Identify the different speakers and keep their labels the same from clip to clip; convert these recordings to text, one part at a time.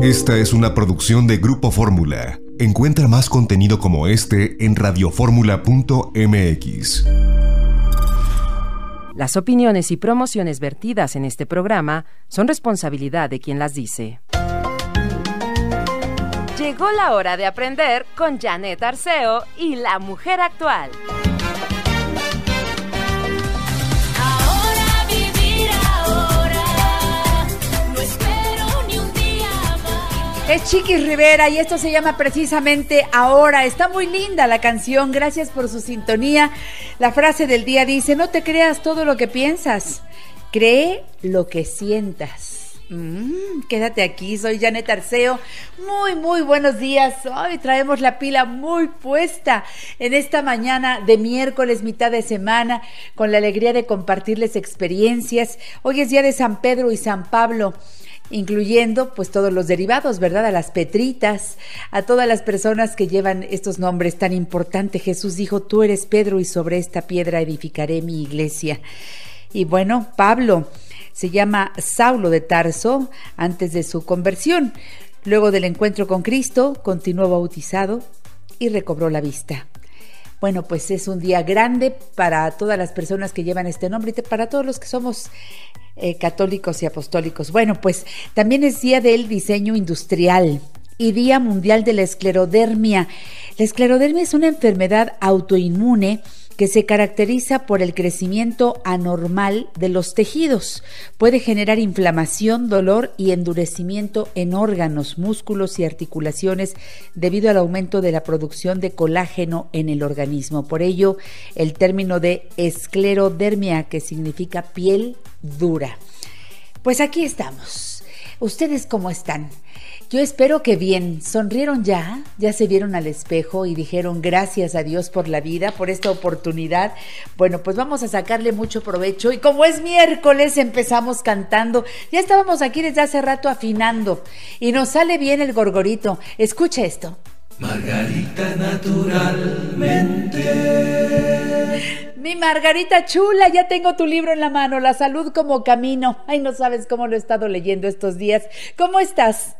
Speaker 1: Esta es una producción de Grupo Fórmula. Encuentra más contenido como este en radioformula.mx.
Speaker 2: Las opiniones y promociones vertidas en este programa son responsabilidad de quien las dice. Llegó la hora de aprender con Janet Arceo y la mujer actual.
Speaker 3: Ahora vivir ahora, no espero ni un día más.
Speaker 4: Es Chiquis Rivera y esto se llama precisamente Ahora. Está muy linda la canción, gracias por su sintonía. La frase del día dice: no te creas todo lo que piensas, cree lo que sientas. Quédate aquí, soy Janet Arceo. Muy buenos días. Hoy traemos la pila muy puesta en esta mañana de miércoles, mitad de semana, con la alegría de compartirles experiencias. Hoy es día de San Pedro y San Pablo, incluyendo pues todos los derivados, ¿verdad? A las Petritas, a todas las personas que llevan estos nombres tan importantes. Jesús dijo: tú eres Pedro y sobre esta piedra edificaré mi iglesia. Y bueno, Pablo se llama Saulo de Tarso antes de su conversión. Luego del encuentro con Cristo, continuó bautizado y recobró la vista. Bueno, pues es un día grande para todas las personas que llevan este nombre y para todos los que somos católicos y apostólicos. Bueno, pues también es día del diseño industrial y Día Mundial de la Esclerodermia. La esclerodermia es una enfermedad autoinmune que se caracteriza por el crecimiento anormal de los tejidos. Puede generar inflamación, dolor y endurecimiento en órganos, músculos y articulaciones debido al aumento de la producción de colágeno en el organismo. Por ello, el término de esclerodermia, que significa piel dura. Pues aquí estamos. ¿Ustedes cómo están? Yo espero que bien. ¿Sonrieron ya? ¿Ya se vieron al espejo y dijeron gracias a Dios por la vida, por esta oportunidad? Bueno, pues vamos a sacarle mucho provecho y como es miércoles empezamos cantando. Ya estábamos aquí desde hace rato afinando y nos sale bien el gorgorito. Escucha esto.
Speaker 5: Margarita naturalmente.
Speaker 4: Mi Margarita chula, ya tengo tu libro en la mano, La salud como camino. Ay, no sabes cómo lo he estado leyendo estos días. ¿Cómo estás?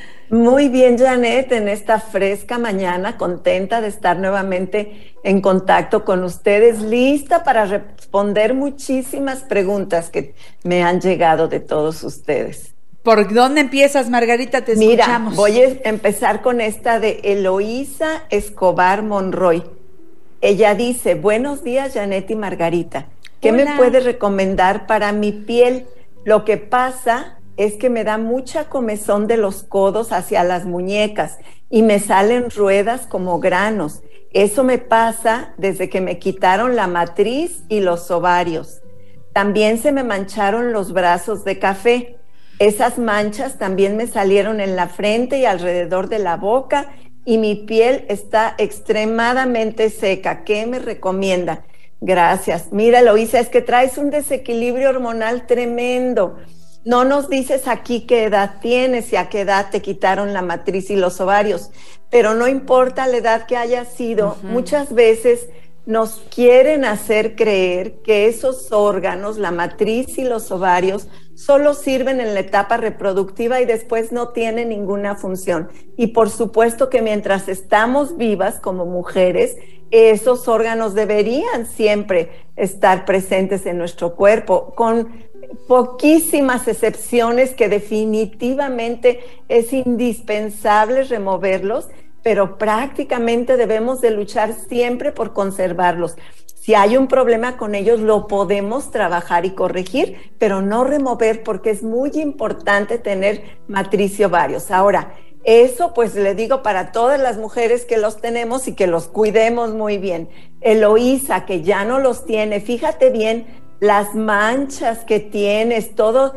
Speaker 6: Muy bien, Janet, en esta fresca mañana, contenta de estar nuevamente en contacto con ustedes, lista para responder muchísimas preguntas que me han llegado de todos ustedes.
Speaker 4: ¿Por dónde empiezas, Margarita? Te escuchamos.
Speaker 6: Mira, voy a empezar con esta de Eloísa Escobar Monroy. Ella dice: buenos días, Janet y Margarita. ¿Qué
Speaker 4: Hola.
Speaker 6: me puede recomendar para mi piel? Lo que pasa es que me da mucha comezón de los codos hacia las muñecas y me salen ruedas como granos. Eso me pasa desde que me quitaron la matriz y los ovarios. También se me mancharon los brazos de café. Esas manchas también me salieron en la frente y alrededor de la boca y mi piel está extremadamente seca. ¿Qué me recomienda? Gracias. Mira, Eloísa, es que traes un desequilibrio hormonal tremendo. No nos dices aquí qué edad tienes y a qué edad te quitaron la matriz y los ovarios, pero no importa la edad que haya sido, muchas veces nos quieren hacer creer que esos órganos, la matriz y los ovarios, solo sirven en la etapa reproductiva y después no tienen ninguna función. Y por supuesto que mientras estamos vivas como mujeres, esos órganos deberían siempre estar presentes en nuestro cuerpo, con poquísimas excepciones que definitivamente es indispensable removerlos, pero prácticamente debemos de luchar siempre por conservarlos. Si hay un problema con ellos, lo podemos trabajar y corregir, pero no remover, porque es muy importante tener matriz y ovarios. Ahora, eso pues le digo para todas las mujeres que los tenemos y que los cuidemos muy bien. Eloísa, que ya no los tiene, fíjate bien las manchas que tienes, toda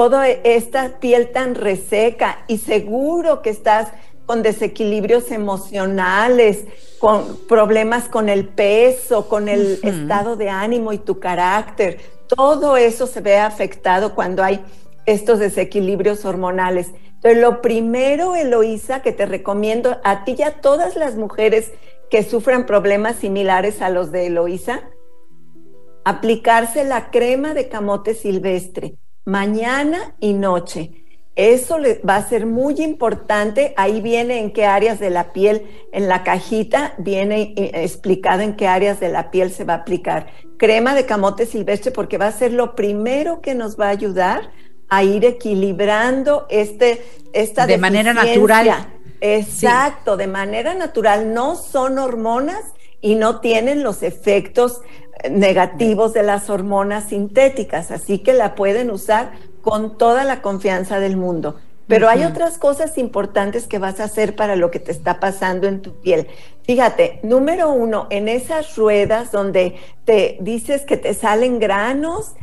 Speaker 6: esta piel tan reseca, y seguro que estás con desequilibrios emocionales, con problemas con el peso, con el estado de ánimo y tu carácter. Todo eso se ve afectado cuando hay estos desequilibrios hormonales. Entonces, lo primero, Eloísa, que te recomiendo a ti y a todas las mujeres que sufran problemas similares a los de Eloísa, aplicarse la crema de camote silvestre mañana y noche. Eso va a ser muy importante. Ahí viene en qué áreas de la piel, en la cajita viene explicado en qué áreas de la piel se va a aplicar. Crema de camote silvestre, porque va a ser lo primero que nos va a ayudar a ir equilibrando esta
Speaker 4: de manera natural.
Speaker 6: Exacto, de manera natural. No son hormonas y no tienen los efectos negativos de las hormonas sintéticas, así que la pueden usar con toda la confianza del mundo. Pero hay otras cosas importantes que vas a hacer para lo que te está pasando en tu piel. Fíjate, número 1, en esas ruedas donde te dices que te salen granos,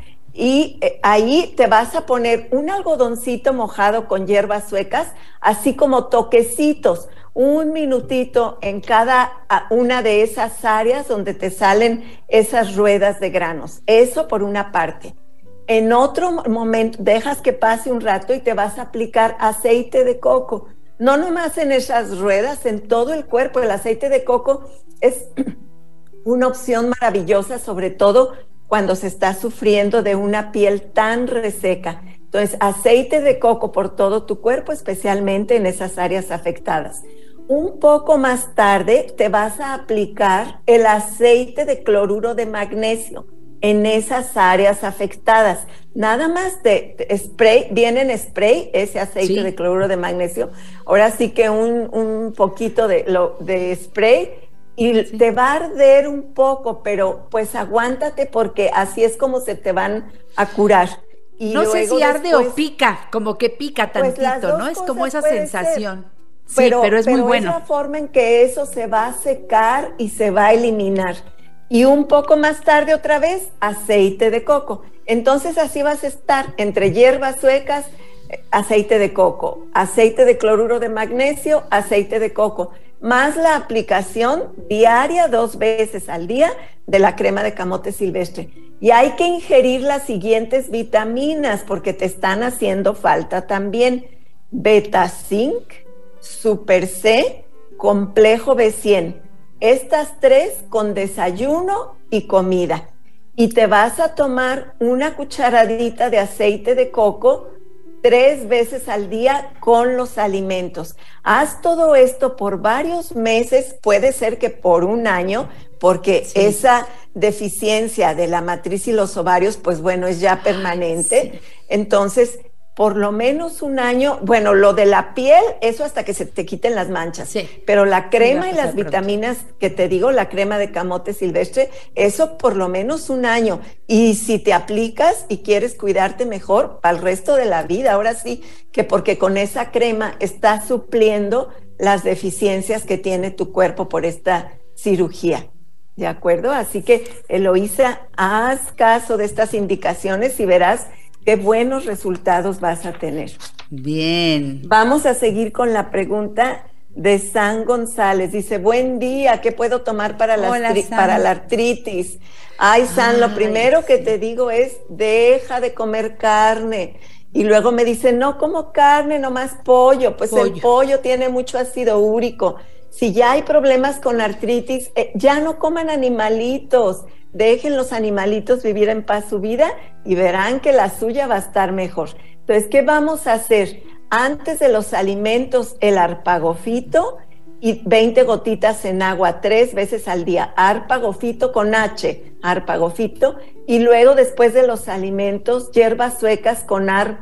Speaker 6: y ahí te vas a poner un algodoncito mojado con hierbas suecas, así como toquecitos, 1 minutito en cada una de esas áreas donde te salen esas ruedas de granos. Eso por una parte. En otro momento dejas que pase un rato y te vas a aplicar aceite de coco. No nomás en esas ruedas, en todo el cuerpo. El aceite de coco es una opción maravillosa, sobre todo cuando se está sufriendo de una piel tan reseca. Entonces, aceite de coco por todo tu cuerpo, especialmente en esas áreas afectadas. Un poco más tarde te vas a aplicar el aceite de cloruro de magnesio en esas áreas afectadas. Nada más de spray, viene en spray ese aceite de cloruro de magnesio. Ahora sí que un poquito de spray y te va a arder un poco, pero pues aguántate porque así es como se te van a curar. Y
Speaker 4: no sé si arde
Speaker 6: después,
Speaker 4: o pica, como que pica tantito, ¿no? Es como esa sensación. Sí,
Speaker 6: pero
Speaker 4: es muy bueno.
Speaker 6: Es la forma en que eso se va a secar y se va a eliminar. Y un poco más tarde otra vez, aceite de coco. Entonces así vas a estar entre hierbas suecas, aceite de coco, aceite de cloruro de magnesio, aceite de coco, más la aplicación diaria 2 veces al día de la crema de camote silvestre. Y hay que ingerir las siguientes vitaminas porque te están haciendo falta también. Beta zinc, super C, complejo B100. Estas 3 con desayuno y comida. Y te vas a tomar una cucharadita de aceite de coco 3 veces al día con los alimentos. Haz todo esto por varios meses, puede ser que por 1 año, porque esa deficiencia de la matriz y los ovarios, pues bueno, es ya permanente. Entonces, por lo menos 1 año, bueno, lo de la piel, eso hasta que se te quiten las manchas. Pero la crema y las vitaminas que te digo, la crema de camote silvestre, eso por lo menos 1 año. Y si te aplicas y quieres cuidarte mejor, para el resto de la vida, ahora sí, que porque con esa crema estás supliendo las deficiencias que tiene tu cuerpo por esta cirugía. ¿De acuerdo? Así que, Eloísa, haz caso de estas indicaciones y verás qué buenos resultados vas a tener.
Speaker 4: Bien.
Speaker 6: Vamos a seguir con la pregunta de San González. Dice, buen día, ¿qué puedo tomar para la artritis? Ay, San, lo primero que te digo es, deja de comer carne. Y luego me dice, no como carne, nomás pollo. Pues el pollo tiene mucho ácido úrico. Si ya hay problemas con artritis, ya no coman animalitos. Dejen los animalitos vivir en paz su vida y verán que la suya va a estar mejor. Entonces, ¿qué vamos a hacer? Antes de los alimentos, el arpagofito y 20 gotitas en agua 3 veces al día. Arpagofito con H, arpagofito. Y luego, después de los alimentos, hierbas suecas con AR+.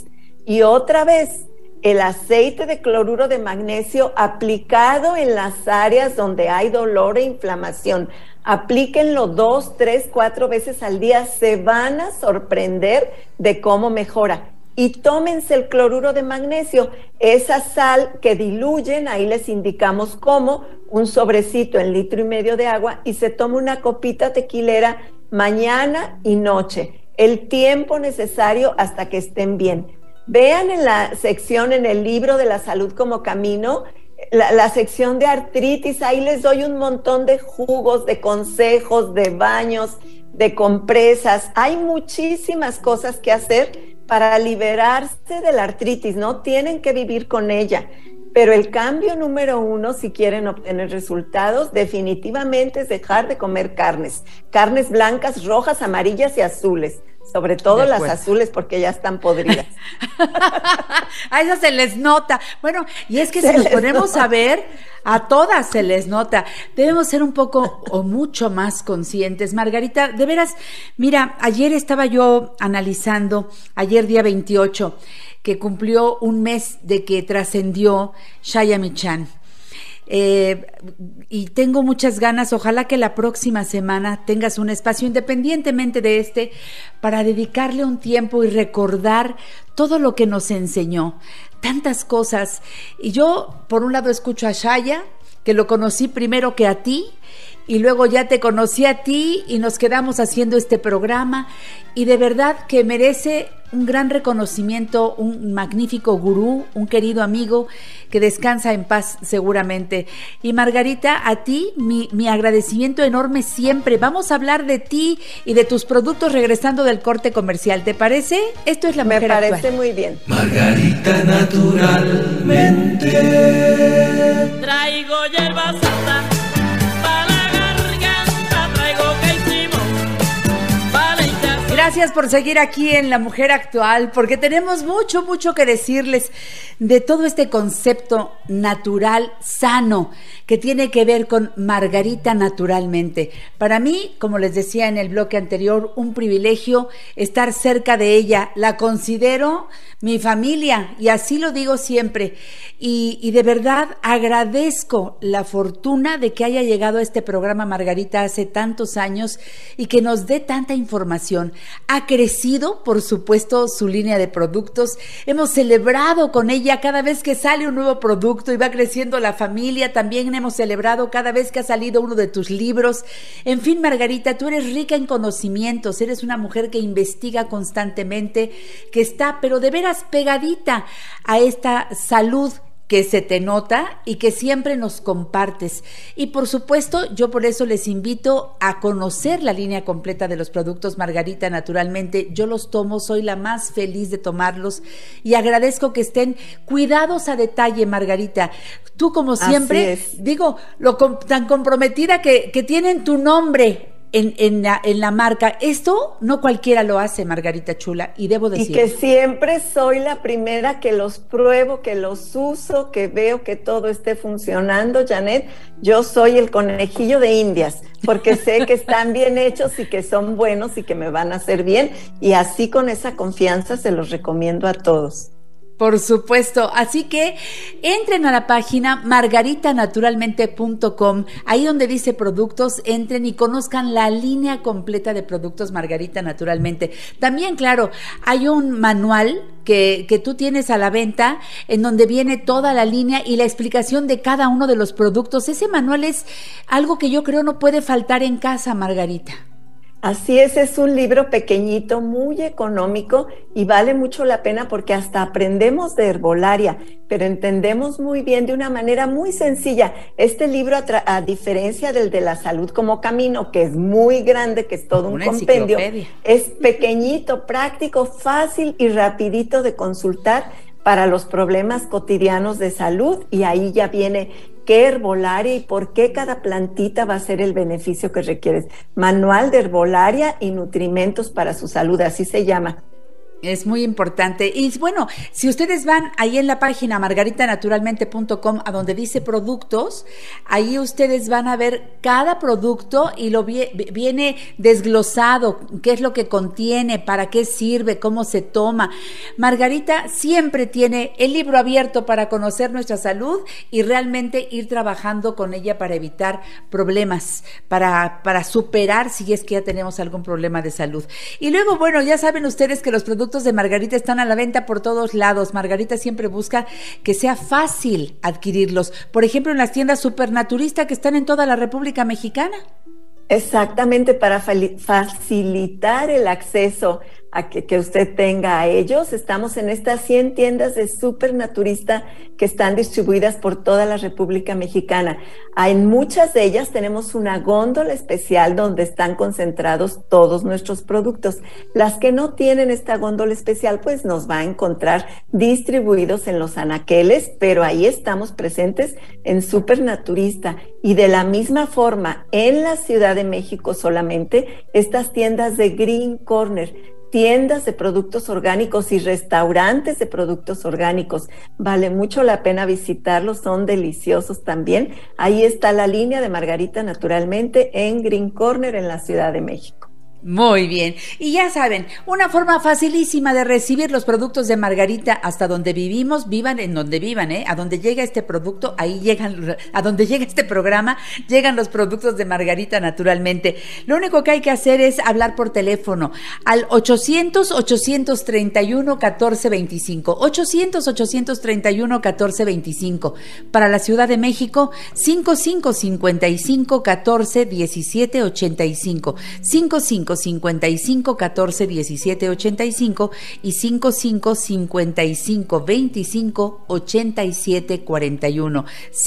Speaker 6: Y otra vez, el aceite de cloruro de magnesio aplicado en las áreas donde hay dolor e inflamación. Aplíquenlo 2, 3, 4 veces al día. Se van a sorprender de cómo mejora. Y tómense el cloruro de magnesio, esa sal que diluyen, ahí les indicamos cómo, un sobrecito en 1,5 litros de agua y se toma una copita tequilera mañana y noche. El tiempo necesario hasta que estén bien. Vean en la sección, en el libro de la salud como camino, la sección de artritis, ahí les doy un montón de jugos, de consejos, de baños, de compresas. Hay muchísimas cosas que hacer para liberarse de la artritis, no tienen que vivir con ella. Pero el cambio número 1, si quieren obtener resultados, definitivamente es dejar de comer carnes. Carnes blancas, rojas, amarillas y azules. Sobre todo
Speaker 4: De
Speaker 6: las
Speaker 4: acuerdo.
Speaker 6: azules porque ya están podridas.
Speaker 4: A esas se les nota. Bueno, y es que
Speaker 6: Se
Speaker 4: si nos
Speaker 6: les
Speaker 4: ponemos
Speaker 6: nota.
Speaker 4: a ver, a todas se les nota. Debemos ser un poco o mucho más conscientes. Margarita, de veras, mira, ayer estaba yo analizando, ayer día 28, que cumplió un mes de que trascendió Shaya Michan. Y tengo muchas ganas, ojalá que la próxima semana tengas un espacio independientemente de este para dedicarle un tiempo y recordar todo lo que nos enseñó, tantas cosas. Y yo por un lado escucho a Shaya, que lo conocí primero que a ti, y luego ya te conocí a ti y nos quedamos haciendo este programa, y de verdad que merece un gran reconocimiento, un magnífico gurú, un querido amigo que descansa en paz seguramente. Y Margarita, a ti mi agradecimiento enorme siempre. Vamos a hablar de ti y de tus productos regresando del corte comercial, ¿te parece? Esto es La
Speaker 6: Me
Speaker 4: Mujer
Speaker 6: parece
Speaker 4: Actual.
Speaker 6: muy bien.
Speaker 5: Margarita naturalmente.
Speaker 3: Traigo hierba santa para la garganta, traigo caicimo para la hinchazón.
Speaker 4: Gracias por seguir aquí en La Mujer Actual, porque tenemos mucho que decirles de todo este concepto natural, sano, que tiene que ver con Margarita Naturalmente. Para mí, como les decía en el bloque anterior, un privilegio estar cerca de ella. La considero mi familia y así lo digo siempre. Y de verdad agradezco la fortuna de que haya llegado a este programa Margarita hace tantos años y que nos dé tanta información. Ha crecido, por supuesto, su línea de productos. Hemos celebrado con ella cada vez que sale un nuevo producto y va creciendo la familia. También hemos celebrado cada vez que ha salido uno de tus libros. En fin, Margarita, tú eres rica en conocimientos, eres una mujer que investiga constantemente, que está, pero de veras pegadita a esta salud que se te nota y que siempre nos compartes. Y por supuesto, yo por eso les invito a conocer la línea completa de los productos Margarita Naturalmente. Yo los tomo, soy la más feliz de tomarlos y agradezco que estén cuidados a detalle, Margarita. Tú, como siempre,
Speaker 6: es.
Speaker 4: digo, tan comprometida que tienen tu nombre en la marca. Esto no cualquiera lo hace, Margarita chula, y debo decir.
Speaker 6: Y que siempre soy la primera que los pruebo, que los uso, que veo que todo esté funcionando, Janet. Yo soy el conejillo de Indias, porque sé que están bien hechos y que son buenos y que me van a hacer bien. Y así con esa confianza se los recomiendo a todos.
Speaker 4: Por supuesto, así que entren a la página margaritanaturalmente.com, ahí donde dice productos, entren y conozcan la línea completa de productos Margarita Naturalmente. También, claro, hay un manual que tú tienes a la venta en donde viene toda la línea y la explicación de cada uno de los productos. Ese manual es algo que yo creo no puede faltar en casa, Margarita.
Speaker 6: Así es un libro pequeñito, muy económico y vale mucho la pena porque hasta aprendemos de herbolaria, pero entendemos muy bien de una manera muy sencilla. Este libro, a diferencia del de la salud como camino, que es muy grande, que es todo un compendio, es pequeñito, práctico, fácil y rapidito de consultar para los problemas cotidianos de salud, y ahí ya viene qué herbolaria y por qué cada plantita va a ser el beneficio que requieres. Manual de herbolaria y nutrimentos para su salud, así se llama.
Speaker 4: Es muy importante. Y bueno, si ustedes van ahí en la página margaritanaturalmente.com, a donde dice productos, ahí ustedes van a ver cada producto y lo viene desglosado, qué es lo que contiene, para qué sirve, cómo se toma. Margarita siempre tiene el libro abierto para conocer nuestra salud y realmente ir trabajando con ella para evitar problemas, para superar si es que ya tenemos algún problema de salud. Y luego, bueno, ya saben ustedes que los productos de Margarita están a la venta por todos lados. Margarita siempre busca que sea fácil adquirirlos. Por ejemplo, en las tiendas Supernaturista que están en toda la República Mexicana.
Speaker 6: Exactamente, para facilitar el acceso a que usted tenga a ellos. Estamos en estas 100 tiendas de Supernaturista que están distribuidas por toda la República Mexicana. En muchas de ellas tenemos una góndola especial donde están concentrados todos nuestros productos. Las que no tienen esta góndola especial, pues nos va a encontrar distribuidos en los anaqueles, pero ahí estamos presentes en Supernaturista. Y de la misma forma, en la Ciudad de México solamente, estas tiendas de Green Corner, tiendas de productos orgánicos y restaurantes de productos orgánicos. Vale mucho la pena visitarlos, son deliciosos también. Ahí está la línea de Margarita Naturalmente en Green Corner en la Ciudad de México.
Speaker 4: Muy bien. Y ya saben, una forma facilísima de recibir los productos de Margarita hasta donde vivimos, vivan en donde vivan, ¿eh? A donde llega este producto, ahí llegan, a donde llega este programa, llegan los productos de Margarita Naturalmente. Lo único que hay que hacer es hablar por teléfono al 800-831-1425. 800-831-1425. Para la Ciudad de México, 5555-14-1785. 55-55-14-17-85 y 55-55-25-87-41.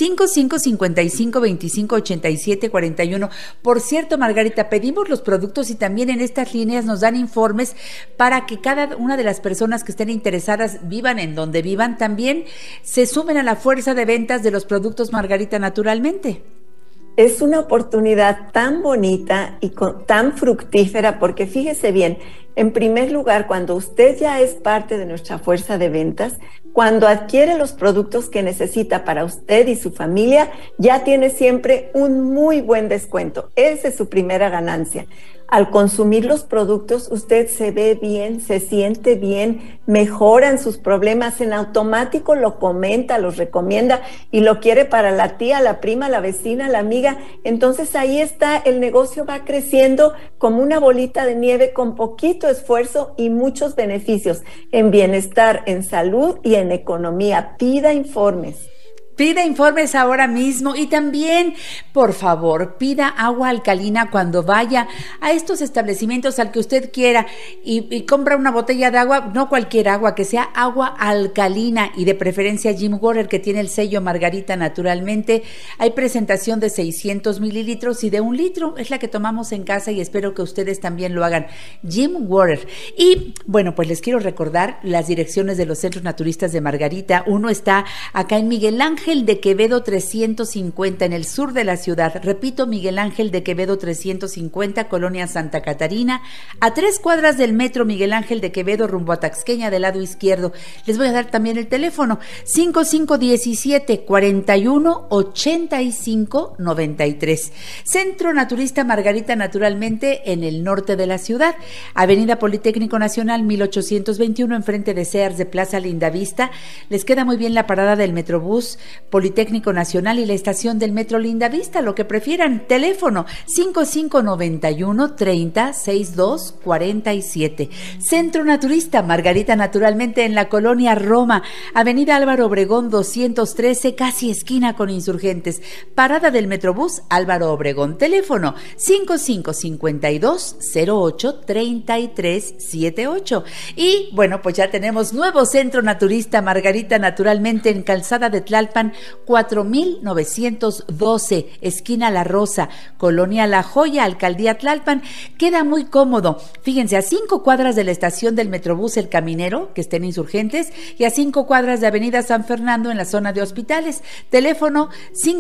Speaker 4: 55-55-25-87-41. Por cierto, Margarita, pedimos los productos y también en estas líneas nos dan informes para que cada una de las personas que estén interesadas, vivan en donde vivan, también se sumen a la fuerza de ventas de los productos Margarita Naturalmente.
Speaker 6: Es una oportunidad tan bonita y tan fructífera porque fíjese bien, en primer lugar, cuando usted ya es parte de nuestra fuerza de ventas, cuando adquiere los productos que necesita para usted y su familia, ya tiene siempre un muy buen descuento. Esa es su primera ganancia. Al consumir los productos, usted se ve bien, se siente bien, mejoran sus problemas, en automático lo comenta, los recomienda y lo quiere para la tía, la prima, la vecina, la amiga. Entonces ahí está, el negocio va creciendo como una bolita de nieve con poquito esfuerzo y muchos beneficios en bienestar, en salud y en economía. Pida informes.
Speaker 4: Pida informes ahora mismo y también, por favor, pida agua alcalina cuando vaya a estos establecimientos al que usted quiera y compra una botella de agua, no cualquier agua, que sea agua alcalina y de preferencia Jim Water, que tiene el sello Margarita Naturalmente. Hay presentación de 600 mililitros y de 1 litro, es la que tomamos en casa y espero que ustedes también lo hagan. Jim Water. Y bueno, pues les quiero recordar las direcciones de los centros naturistas de Margarita. Uno está acá en Miguel Ángel de Quevedo 350 en el sur de la ciudad. Repito, Miguel Ángel de Quevedo 350, Colonia Santa Catarina, a 3 cuadras del metro Miguel Ángel de Quevedo rumbo a Taxqueña del lado izquierdo. Les voy a dar también el teléfono 5517-4185-93. Centro Naturista Margarita Naturalmente en el norte de la ciudad. Avenida Politécnico Nacional 1821 enfrente de Sears de Plaza Lindavista. Les queda muy bien la parada del Metrobús Politécnico Nacional y la estación del Metro Lindavista, lo que prefieran. Teléfono 5591-30-6247. Centro Naturista Margarita Naturalmente en la colonia Roma, Avenida Álvaro Obregón 213, casi esquina con Insurgentes. Parada del Metrobús Álvaro Obregón. Teléfono 5552-08-3378. Y bueno, pues ya tenemos nuevo Centro Naturista Margarita Naturalmente en Calzada de Tlalpan 4912, esquina La Rosa, Colonia La Joya, Alcaldía Tlalpan. Queda muy cómodo. Fíjense, a 5 cuadras de la estación del Metrobús El Caminero, que estén Insurgentes, y a 5 cuadras de Avenida San Fernando en la zona de hospitales. Teléfono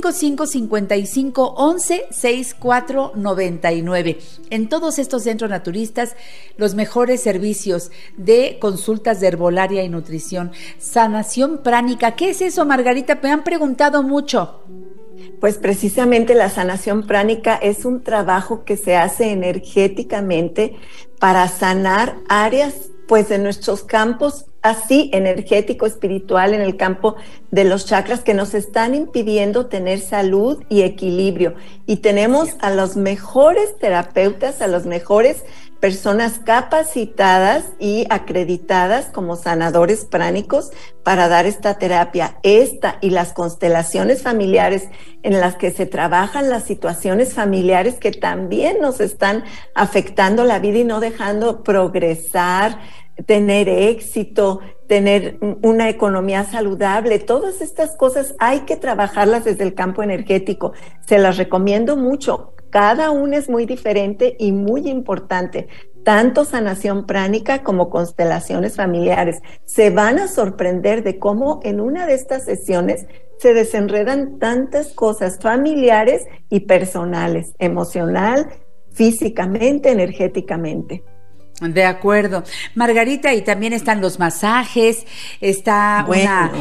Speaker 4: 5555-11-6499. En todos estos centros naturistas, los mejores servicios de consultas de herbolaria y nutrición. Sanación pránica. ¿Qué es eso, Margarita? Me han preguntado mucho.
Speaker 6: Pues precisamente la sanación pránica es un trabajo que se hace energéticamente para sanar áreas pues de nuestros campos, así energético, espiritual, en el campo de los chakras que nos están impidiendo tener salud y equilibrio. Y tenemos a los mejores terapeutas, a los mejores personas capacitadas y acreditadas como sanadores pránicos para dar esta terapia. Esta y las constelaciones familiares en las que se trabajan las situaciones familiares que también nos están afectando la vida y no dejando progresar, tener éxito, tener una economía saludable. Todas estas cosas hay que trabajarlas desde el campo energético. Se las recomiendo mucho. Cada una es muy diferente y muy importante. Tanto sanación pránica como constelaciones familiares. Se van a sorprender de cómo en una de estas sesiones se desenredan tantas cosas familiares y personales, emocional, físicamente, energéticamente.
Speaker 4: De acuerdo. Margarita, y también están los masajes, está
Speaker 6: Bueno.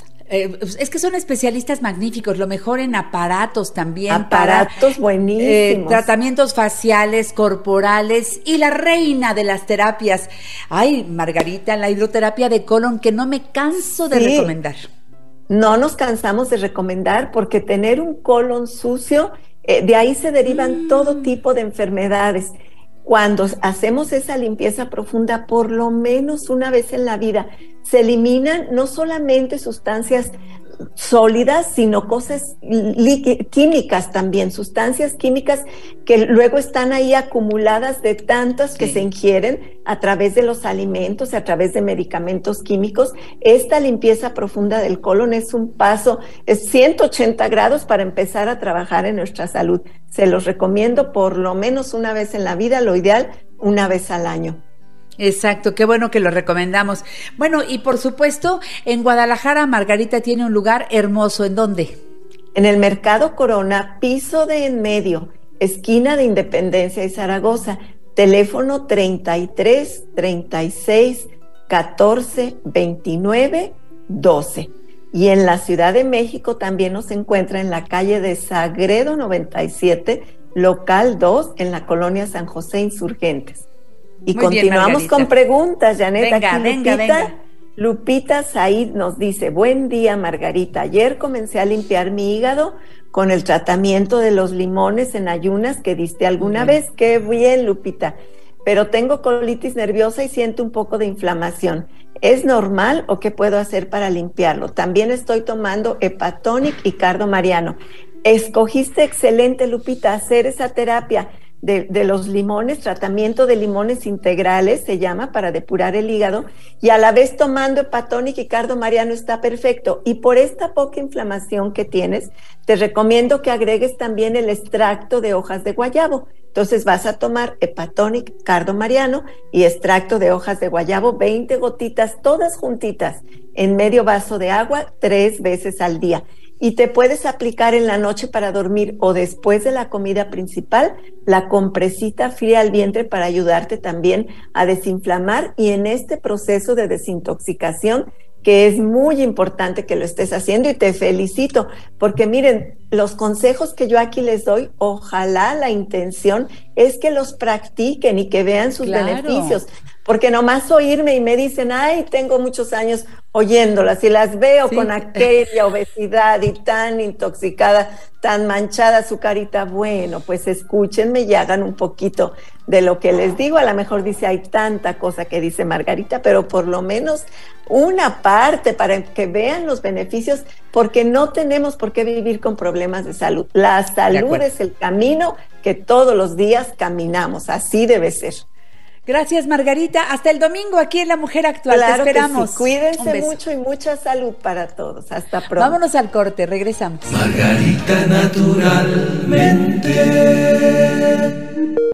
Speaker 4: es que son especialistas magníficos, lo mejor en aparatos también.
Speaker 6: Aparatos buenísimos.
Speaker 4: Tratamientos faciales, corporales y la reina de las terapias. Ay, Margarita, la hidroterapia de colon que no me canso de
Speaker 6: Sí.
Speaker 4: recomendar.
Speaker 6: No nos cansamos de recomendar porque tener un colon sucio, de ahí se derivan todo tipo de enfermedades. Cuando hacemos esa limpieza profunda, por lo menos una vez en la vida, se eliminan no solamente sustancias sólidas, sino cosas químicas también, sustancias químicas que luego están ahí acumuladas de tantas que
Speaker 4: Sí.
Speaker 6: se ingieren a través de los alimentos, a través de medicamentos químicos. Esta limpieza profunda del colon es un paso, es 180 grados para empezar a trabajar en nuestra salud. Se los recomiendo por lo menos una vez en la vida, lo ideal, una vez al año.
Speaker 4: Exacto, qué bueno que lo recomendamos. Bueno, y por supuesto, en Guadalajara, Margarita tiene un lugar hermoso. ¿En dónde?
Speaker 6: En el Mercado Corona, piso de en medio, esquina de Independencia y Zaragoza, teléfono 33 36 14 29 12. Y en la Ciudad de México también nos encuentra en la calle de Sagredo 97, local 2, en la colonia San José Insurgentes. Y
Speaker 4: Muy bien,
Speaker 6: continuamos
Speaker 4: Margarita.
Speaker 6: con preguntas, Janet.
Speaker 4: Venga,
Speaker 6: Aquí
Speaker 4: venga, venga.
Speaker 6: Lupita Said nos dice: buen día, Margarita. Ayer comencé a limpiar mi hígado con el tratamiento de los limones en ayunas que diste alguna vez. Qué bien, Lupita. Pero tengo colitis nerviosa y siento un poco de inflamación. ¿Es normal o qué puedo hacer para limpiarlo? También estoy tomando Hepatonic y Cardo Mariano. Escogiste excelente, Lupita, hacer esa terapia de los limones, tratamiento de limones integrales, se llama, para depurar el hígado, y a la vez tomando Hepatonic y Cardo Mariano está perfecto. Y por esta poca inflamación que tienes, te recomiendo que agregues también el extracto de hojas de guayabo. Entonces vas a tomar Hepatonic, Cardo Mariano y extracto de hojas de guayabo, 20 gotitas, todas juntitas, en medio vaso de agua, 3 veces al día. Y te puedes aplicar en la noche para dormir o después de la comida principal la compresita fría al vientre para ayudarte también a desinflamar, y en este proceso de desintoxicación, que es muy importante que lo estés haciendo, y te felicito porque miren, los consejos que yo aquí les doy, ojalá la intención es que los practiquen y que vean sus beneficios. Porque nomás oírme y me dicen, ay, tengo muchos años oyéndolas y las veo con aquella obesidad y tan intoxicada, tan manchada su carita. Bueno, pues escúchenme y hagan un poquito de lo que les digo. A lo mejor dice, hay tanta cosa que dice Margarita, pero por lo menos una parte para que vean los beneficios, porque no tenemos por qué vivir con problemas de salud. La salud es el camino que todos los días caminamos, así debe ser.
Speaker 4: Gracias, Margarita. Hasta el domingo aquí en La Mujer Actual.
Speaker 6: Claro,
Speaker 4: te esperamos.
Speaker 6: que sí. Cuídense mucho y mucha salud para todos. Hasta pronto.
Speaker 4: Vámonos al corte, regresamos.
Speaker 5: Margarita naturalmente.